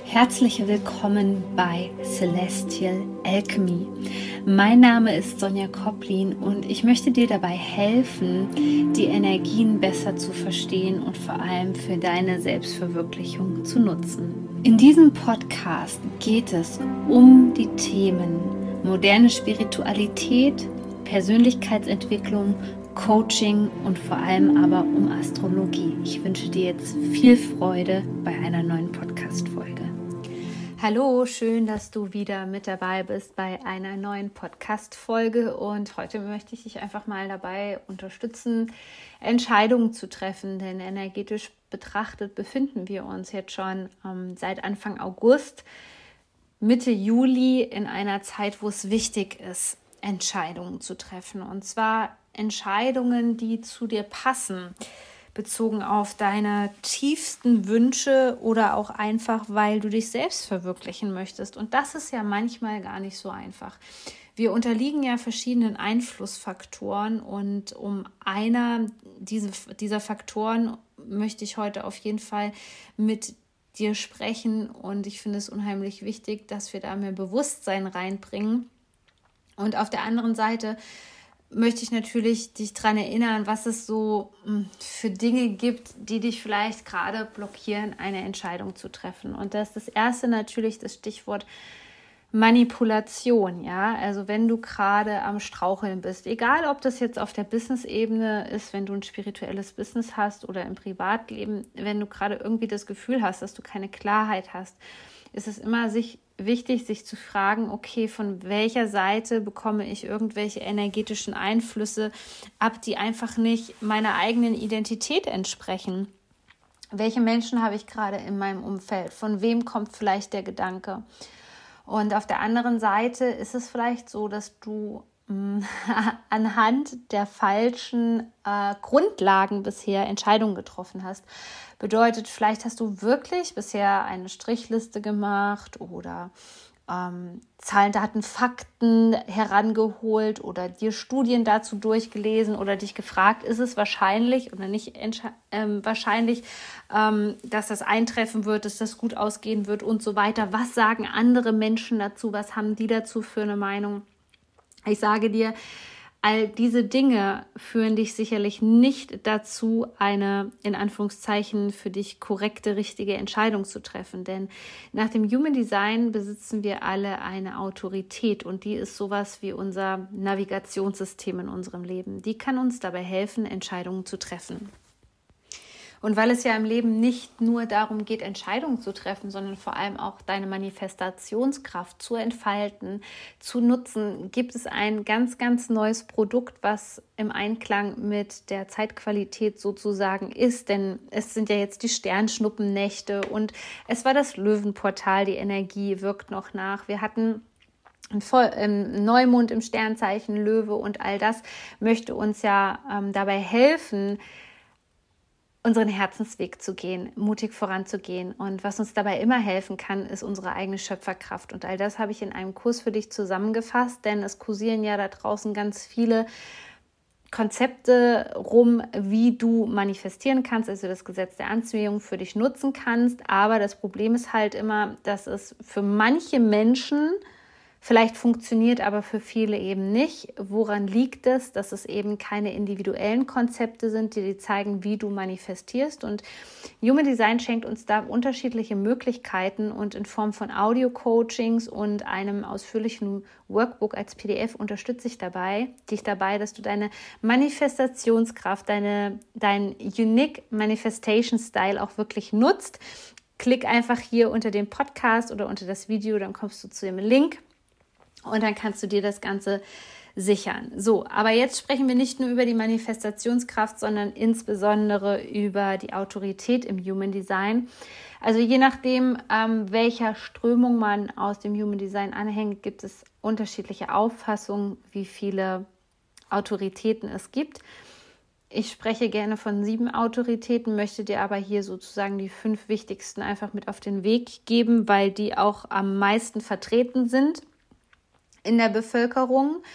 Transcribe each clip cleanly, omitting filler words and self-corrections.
Herzlich willkommen bei Celestial Alchemy. Mein Name ist Sonja Koplin und ich möchte dir dabei helfen, die Energien besser zu verstehen und vor allem für deine Selbstverwirklichung zu nutzen. In diesem Podcast geht es um die Themen moderne Spiritualität, Persönlichkeitsentwicklung, Coaching und vor allem aber um Astrologie. Ich wünsche dir jetzt viel Freude bei einer neuen Podcast-Folge. Hallo, schön, dass du wieder mit dabei bist bei einer neuen Podcast-Folge und heute möchte ich dich einfach mal dabei unterstützen, Entscheidungen zu treffen, denn energetisch betrachtet befinden wir uns jetzt schon seit Anfang August, Mitte Juli in einer Zeit, wo es wichtig ist, Entscheidungen zu treffen und zwar Entscheidungen, die zu dir passen, bezogen auf deine tiefsten Wünsche oder auch einfach, weil du dich selbst verwirklichen möchtest. Und das ist ja manchmal gar nicht so einfach. Wir unterliegen ja verschiedenen Einflussfaktoren und um einer dieser Faktoren möchte ich heute auf jeden Fall mit dir sprechen und ich finde es unheimlich wichtig, dass wir da mehr Bewusstsein reinbringen. Und auf der anderen Seite möchte ich natürlich dich daran erinnern, was es so für Dinge gibt, die dich vielleicht gerade blockieren, eine Entscheidung zu treffen. Und das ist das erste natürlich das Stichwort Manipulation. Ja, also wenn du gerade am Straucheln bist, egal ob das jetzt auf der Business-Ebene ist, wenn du ein spirituelles Business hast oder im Privatleben, wenn du gerade irgendwie das Gefühl hast, dass du keine Klarheit hast, ist es immer wichtig, sich zu fragen, okay, von welcher Seite bekomme ich irgendwelche energetischen Einflüsse ab, die einfach nicht meiner eigenen Identität entsprechen? Welche Menschen habe ich gerade in meinem Umfeld? Von wem kommt vielleicht der Gedanke? Und auf der anderen Seite ist es vielleicht so, dass du anhand der falschen Grundlagen bisher Entscheidungen getroffen hast. Bedeutet, vielleicht hast du wirklich bisher eine Strichliste gemacht oder Zahlen, Daten, Fakten herangeholt oder dir Studien dazu durchgelesen oder dich gefragt, ist es wahrscheinlich oder nicht wahrscheinlich, dass das eintreffen wird, dass das gut ausgehen wird und so weiter. Was sagen andere Menschen dazu? Was haben die dazu für eine Meinung? Ich sage dir, all diese Dinge führen dich sicherlich nicht dazu, eine, in Anführungszeichen, für dich korrekte, richtige Entscheidung zu treffen. Denn nach dem Human Design besitzen wir alle eine Autorität und die ist sowas wie unser Navigationssystem in unserem Leben. Die kann uns dabei helfen, Entscheidungen zu treffen. Und weil es ja im Leben nicht nur darum geht, Entscheidungen zu treffen, sondern vor allem auch deine Manifestationskraft zu entfalten, zu nutzen, gibt es ein ganz, ganz neues Produkt, was im Einklang mit der Zeitqualität sozusagen ist. Denn es sind ja jetzt die Sternschnuppennächte und es war das Löwenportal, die Energie wirkt noch nach. Wir hatten ein Neumond im Sternzeichen Löwe und all das möchte uns ja dabei helfen, unseren Herzensweg zu gehen, mutig voranzugehen. Und was uns dabei immer helfen kann, ist unsere eigene Schöpferkraft. Und all das habe ich in einem Kurs für dich zusammengefasst, denn es kursieren ja da draußen ganz viele Konzepte rum, wie du manifestieren kannst, also das Gesetz der Anziehung für dich nutzen kannst. Aber das Problem ist halt immer, dass es für manche Menschen vielleicht funktioniert, aber für viele eben nicht. Woran liegt es, dass es eben keine individuellen Konzepte sind, die dir zeigen, wie du manifestierst? Und Human Design schenkt uns da unterschiedliche Möglichkeiten und in Form von Audio-Coachings und einem ausführlichen Workbook als PDF unterstütze ich dich dabei, dass du deine Manifestationskraft, dein Unique Manifestation Style auch wirklich nutzt. Klick einfach hier unter dem Podcast oder unter das Video, dann kommst du zu dem Link. Und dann kannst du dir das Ganze sichern. So, aber jetzt sprechen wir nicht nur über die Manifestationskraft, sondern insbesondere über die Autorität im Human Design. Also je nachdem, welcher Strömung man aus dem Human Design anhängt, gibt es unterschiedliche Auffassungen, wie viele Autoritäten es gibt. Ich spreche gerne von 7 Autoritäten, möchte dir aber hier sozusagen die 5 wichtigsten einfach mit auf den Weg geben, weil die auch am meisten vertreten sind in der Bevölkerung.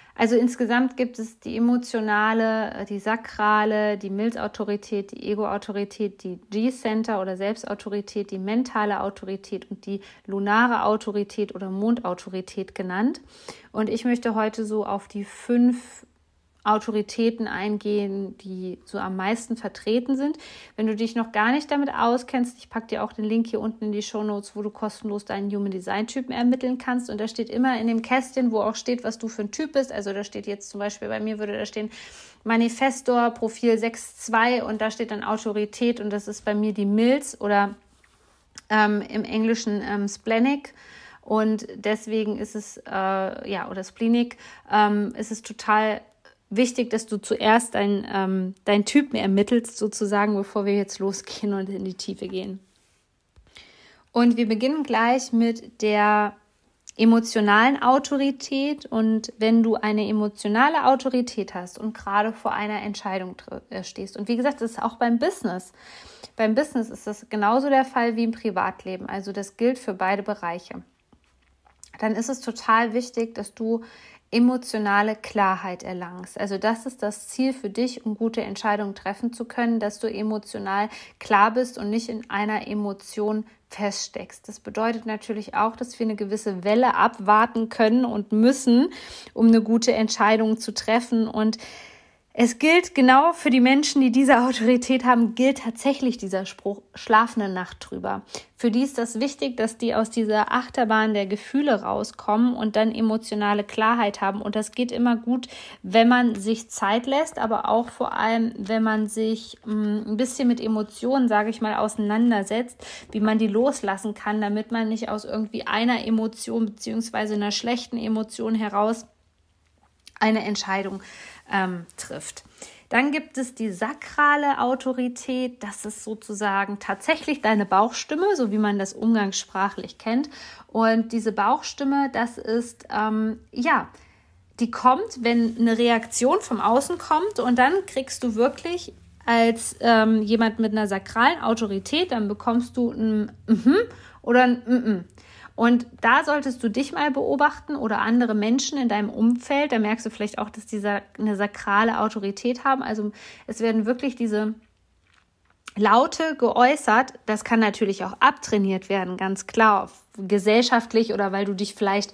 Also insgesamt gibt es die emotionale, die sakrale, die Milzautorität, die Ego-Autorität, die G-Center oder Selbstautorität, die mentale Autorität und die lunare Autorität oder Mondautorität genannt. Und ich möchte heute so auf die 5 Autoritäten eingehen, die so am meisten vertreten sind. Wenn du dich noch gar nicht damit auskennst, ich packe dir auch den Link hier unten in die Shownotes, wo du kostenlos deinen Human Design Typen ermitteln kannst. Und da steht immer in dem Kästchen, wo auch steht, was du für ein Typ bist. Also da steht jetzt zum Beispiel, bei mir würde da stehen Manifestor, Profil 6.2 und da steht dann Autorität und das ist bei mir die Milz oder im Englischen Splenic. Und deswegen ist es, oder Splenic, ist es total wichtig, dass du zuerst deinen Typen ermittelst, sozusagen, bevor wir jetzt losgehen und in die Tiefe gehen. Und wir beginnen gleich mit der emotionalen Autorität. Und wenn du eine emotionale Autorität hast und gerade vor einer Entscheidung stehst, und wie gesagt, das ist auch beim Business. Beim Business ist das genauso der Fall wie im Privatleben. Also das gilt für beide Bereiche. Dann ist es total wichtig, dass du emotionale Klarheit erlangst. Also das ist das Ziel für dich, um gute Entscheidungen treffen zu können, dass du emotional klar bist und nicht in einer Emotion feststeckst. Das bedeutet natürlich auch, dass wir eine gewisse Welle abwarten können und müssen, um eine gute Entscheidung zu treffen. Und es gilt genau für die Menschen, die diese Autorität haben, gilt tatsächlich dieser Spruch, schlaf eine Nacht drüber. Für die ist das wichtig, dass die aus dieser Achterbahn der Gefühle rauskommen und dann emotionale Klarheit haben. Und das geht immer gut, wenn man sich Zeit lässt, aber auch vor allem, wenn man sich ein bisschen mit Emotionen, sage ich mal, auseinandersetzt, wie man die loslassen kann, damit man nicht aus irgendwie einer Emotion beziehungsweise einer schlechten Emotion heraus eine Entscheidung trifft. Dann gibt es die sakrale Autorität, das ist sozusagen tatsächlich deine Bauchstimme, so wie man das umgangssprachlich kennt. Und diese Bauchstimme, das ist, die kommt, wenn eine Reaktion vom Außen kommt und dann kriegst du wirklich als jemand mit einer sakralen Autorität, dann bekommst du ein oder ein Und da solltest du dich mal beobachten oder andere Menschen in deinem Umfeld. Da merkst du vielleicht auch, dass die eine sakrale Autorität haben. Also es werden wirklich diese Laute geäußert. Das kann natürlich auch abtrainiert werden, ganz klar, gesellschaftlich oder weil du dich vielleicht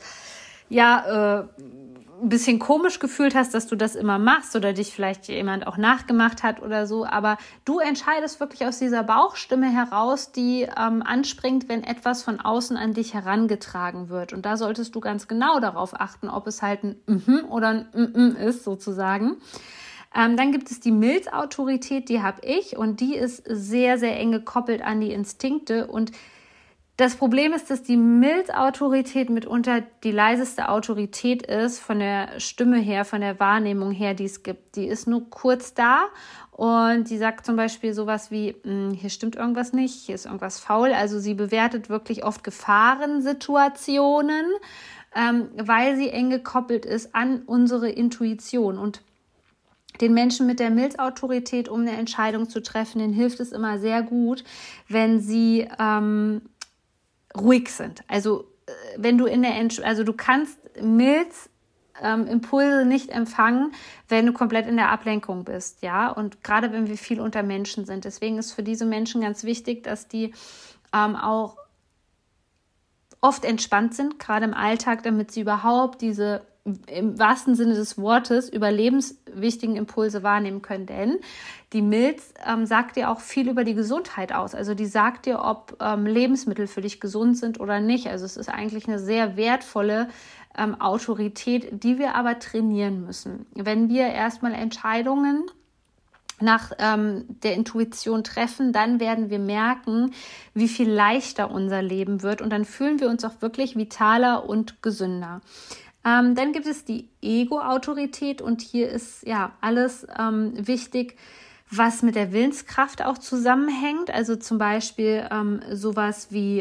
ein bisschen komisch gefühlt hast, dass du das immer machst oder dich vielleicht jemand auch nachgemacht hat oder so, aber du entscheidest wirklich aus dieser Bauchstimme heraus, die anspringt, wenn etwas von außen an dich herangetragen wird. Und da solltest du ganz genau darauf achten, ob es halt ein oder ein ist, sozusagen. Dann gibt es die Milzautorität, die habe ich und die ist sehr, sehr eng gekoppelt an die Instinkte und das Problem ist, dass die Milzautorität mitunter die leiseste Autorität ist, von der Stimme her, von der Wahrnehmung her, die es gibt. Die ist nur kurz da und die sagt zum Beispiel sowas wie, hier stimmt irgendwas nicht, hier ist irgendwas faul. Also sie bewertet wirklich oft Gefahrensituationen, weil sie eng gekoppelt ist an unsere Intuition. Und den Menschen mit der Milzautorität, um eine Entscheidung zu treffen, denen hilft es immer sehr gut, wenn sie ruhig sind. Also wenn du du kannst Impulse nicht empfangen, wenn du komplett in der Ablenkung bist, ja. Und gerade wenn wir viel unter Menschen sind, deswegen ist für diese Menschen ganz wichtig, dass die auch oft entspannt sind, gerade im Alltag, damit sie überhaupt diese im wahrsten Sinne des Wortes überlebenswichtigen Impulse wahrnehmen können. Denn die Milz sagt dir auch viel über die Gesundheit aus. Also die sagt dir, ob Lebensmittel für dich gesund sind oder nicht. Also es ist eigentlich eine sehr wertvolle Autorität, die wir aber trainieren müssen. Wenn wir erstmal Entscheidungen nach der Intuition treffen, dann werden wir merken, wie viel leichter unser Leben wird und dann fühlen wir uns auch wirklich vitaler und gesünder. Dann gibt es die Ego-Autorität und hier ist ja alles wichtig, was mit der Willenskraft auch zusammenhängt. Also zum Beispiel sowas wie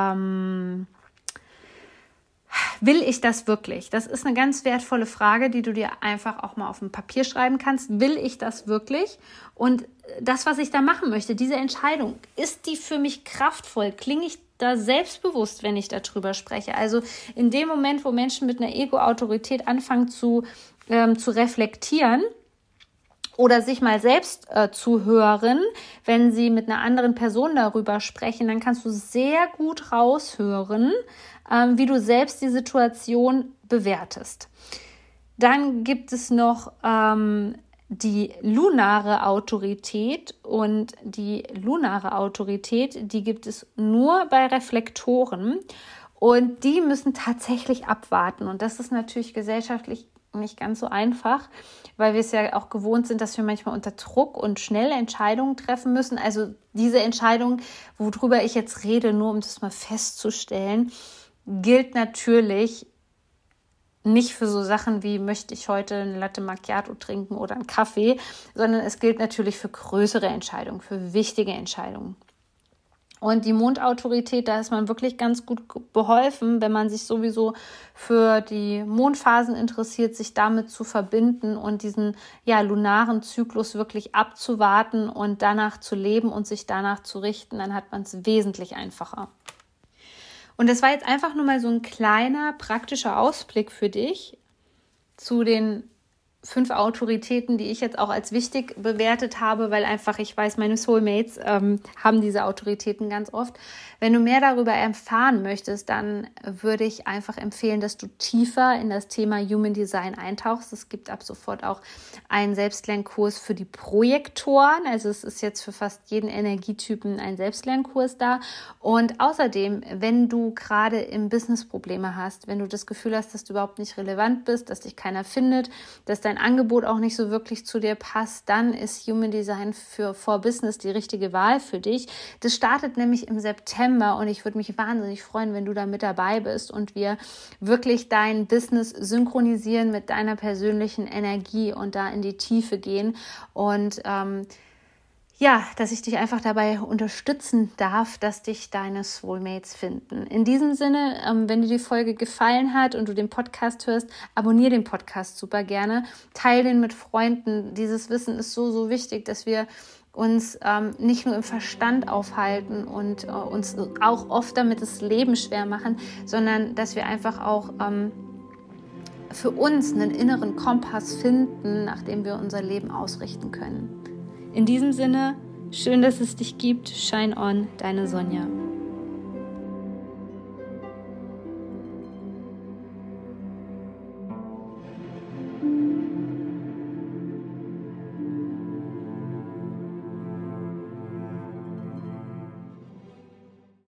will ich das wirklich? Das ist eine ganz wertvolle Frage, die du dir einfach auch mal auf ein Papier schreiben kannst. Will ich das wirklich? Und das, was ich da machen möchte, diese Entscheidung, ist die für mich kraftvoll? Klinge ich da selbstbewusst, wenn ich darüber spreche? Also in dem Moment, wo Menschen mit einer Ego-Autorität anfangen zu zu reflektieren oder sich mal selbst zu hören, wenn sie mit einer anderen Person darüber sprechen, dann kannst du sehr gut raushören, wie du selbst die Situation bewertest. Dann gibt es noch die lunare Autorität, und die lunare Autorität, die gibt es nur bei Reflektoren und die müssen tatsächlich abwarten, und das ist natürlich gesellschaftlich nicht ganz so einfach, weil wir es ja auch gewohnt sind, dass wir manchmal unter Druck und schnell Entscheidungen treffen müssen. Also diese Entscheidung, worüber ich jetzt rede, nur um das mal festzustellen, gilt natürlich nicht für so Sachen wie, möchte ich heute eine Latte Macchiato trinken oder einen Kaffee, sondern es gilt natürlich für größere Entscheidungen, für wichtige Entscheidungen. Und die Mondautorität, da ist man wirklich ganz gut beholfen, wenn man sich sowieso für die Mondphasen interessiert, sich damit zu verbinden und diesen lunaren Zyklus wirklich abzuwarten und danach zu leben und sich danach zu richten, dann hat man es wesentlich einfacher. Und das war jetzt einfach nur mal so ein kleiner praktischer Ausblick für dich zu den 5 Autoritäten, die ich jetzt auch als wichtig bewertet habe, weil einfach ich weiß, meine Soulmates haben diese Autoritäten ganz oft. Wenn du mehr darüber erfahren möchtest, dann würde ich einfach empfehlen, dass du tiefer in das Thema Human Design eintauchst. Es gibt ab sofort auch einen Selbstlernkurs für die Projektoren. Also es ist jetzt für fast jeden Energietypen ein Selbstlernkurs da. Und außerdem, wenn du gerade im Business Probleme hast, wenn du das Gefühl hast, dass du überhaupt nicht relevant bist, dass dich keiner findet, dass dein Angebot auch nicht so wirklich zu dir passt, dann ist Human Design for Business die richtige Wahl für dich. Das startet nämlich im September und ich würde mich wahnsinnig freuen, wenn du da mit dabei bist und wir wirklich dein Business synchronisieren mit deiner persönlichen Energie und da in die Tiefe gehen und dass ich dich einfach dabei unterstützen darf, dass dich deine Soulmates finden. In diesem Sinne, wenn dir die Folge gefallen hat und du den Podcast hörst, abonniere den Podcast super gerne, teile den mit Freunden. Dieses Wissen ist so, so wichtig, dass wir uns nicht nur im Verstand aufhalten und uns auch oft damit das Leben schwer machen, sondern dass wir einfach auch für uns einen inneren Kompass finden, nach dem wir unser Leben ausrichten können. In diesem Sinne, schön, dass es dich gibt. Shine on, deine Sonja.